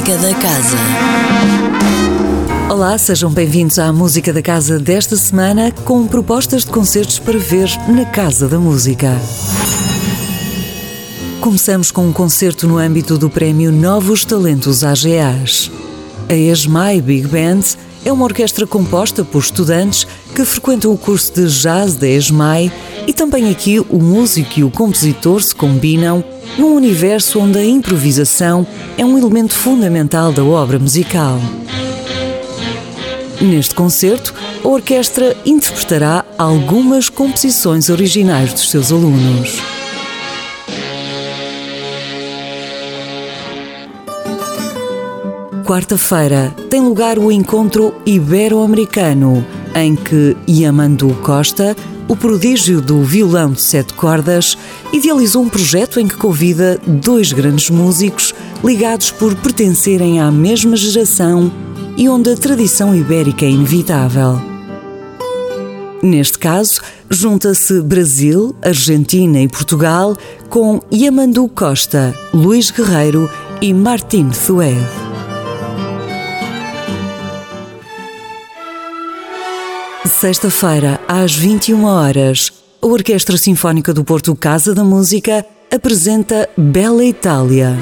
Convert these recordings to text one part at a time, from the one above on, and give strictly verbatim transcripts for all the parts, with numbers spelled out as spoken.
Música da Casa. Olá, sejam bem-vindos à Música da Casa desta semana, com propostas de concertos para ver na Casa da Música. Começamos com um concerto no âmbito do prémio Novos Talentos A G As. A ESMAI Big Band é uma orquestra composta por estudantes que frequentam o curso de jazz da ESMAI, e também aqui o músico e o compositor se combinam num universo onde a improvisação é um elemento fundamental da obra musical. Neste concerto, a orquestra interpretará algumas composições originais dos seus alunos. Quarta-feira tem lugar o encontro ibero-americano, em que Yamandu Costa, o prodígio do violão de sete cordas, idealizou um projeto em que convida dois grandes músicos ligados por pertencerem à mesma geração e onde a tradição ibérica é inevitável. Neste caso, junta-se Brasil, Argentina e Portugal com Yamandu Costa, Luís Guerreiro e Martín Thued. Sexta-feira, às vinte e uma horas, a Orquestra Sinfónica do Porto Casa da Música apresenta Bella Itália.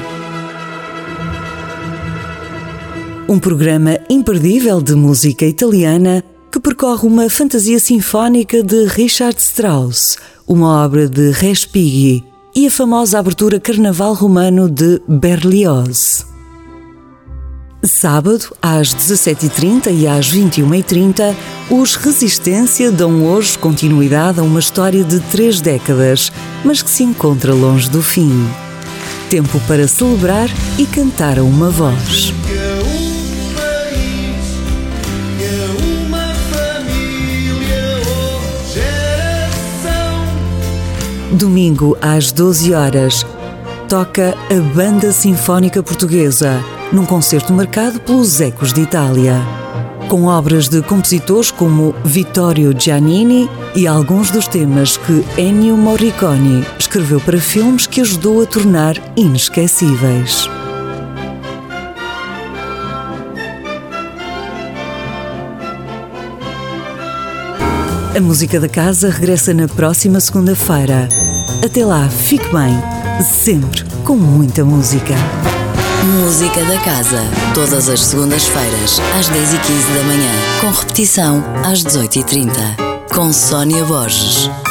Um programa imperdível de música italiana que percorre uma fantasia sinfónica de Richard Strauss, uma obra de Respighi e a famosa abertura Carnaval Romano de Berlioz. Sábado, às dezassete e trinta e às vinte e uma e trinta, os Resistência dão hoje continuidade a uma história de três décadas, mas que se encontra longe do fim. Tempo para celebrar e cantar a uma voz. Domingo, às doze horas, toca a Banda Sinfónica Portuguesa, num concerto marcado pelos ecos de Itália, com obras de compositores como Vittorio Giannini e alguns dos temas que Ennio Morricone escreveu para filmes que ajudou a tornar inesquecíveis. A Música da Casa regressa na próxima segunda-feira. Até lá, fique bem, sempre com muita música. Música da Casa, todas as segundas-feiras, às dez e quinze da manhã, com repetição às dezoito e trinta, com Sónia Borges.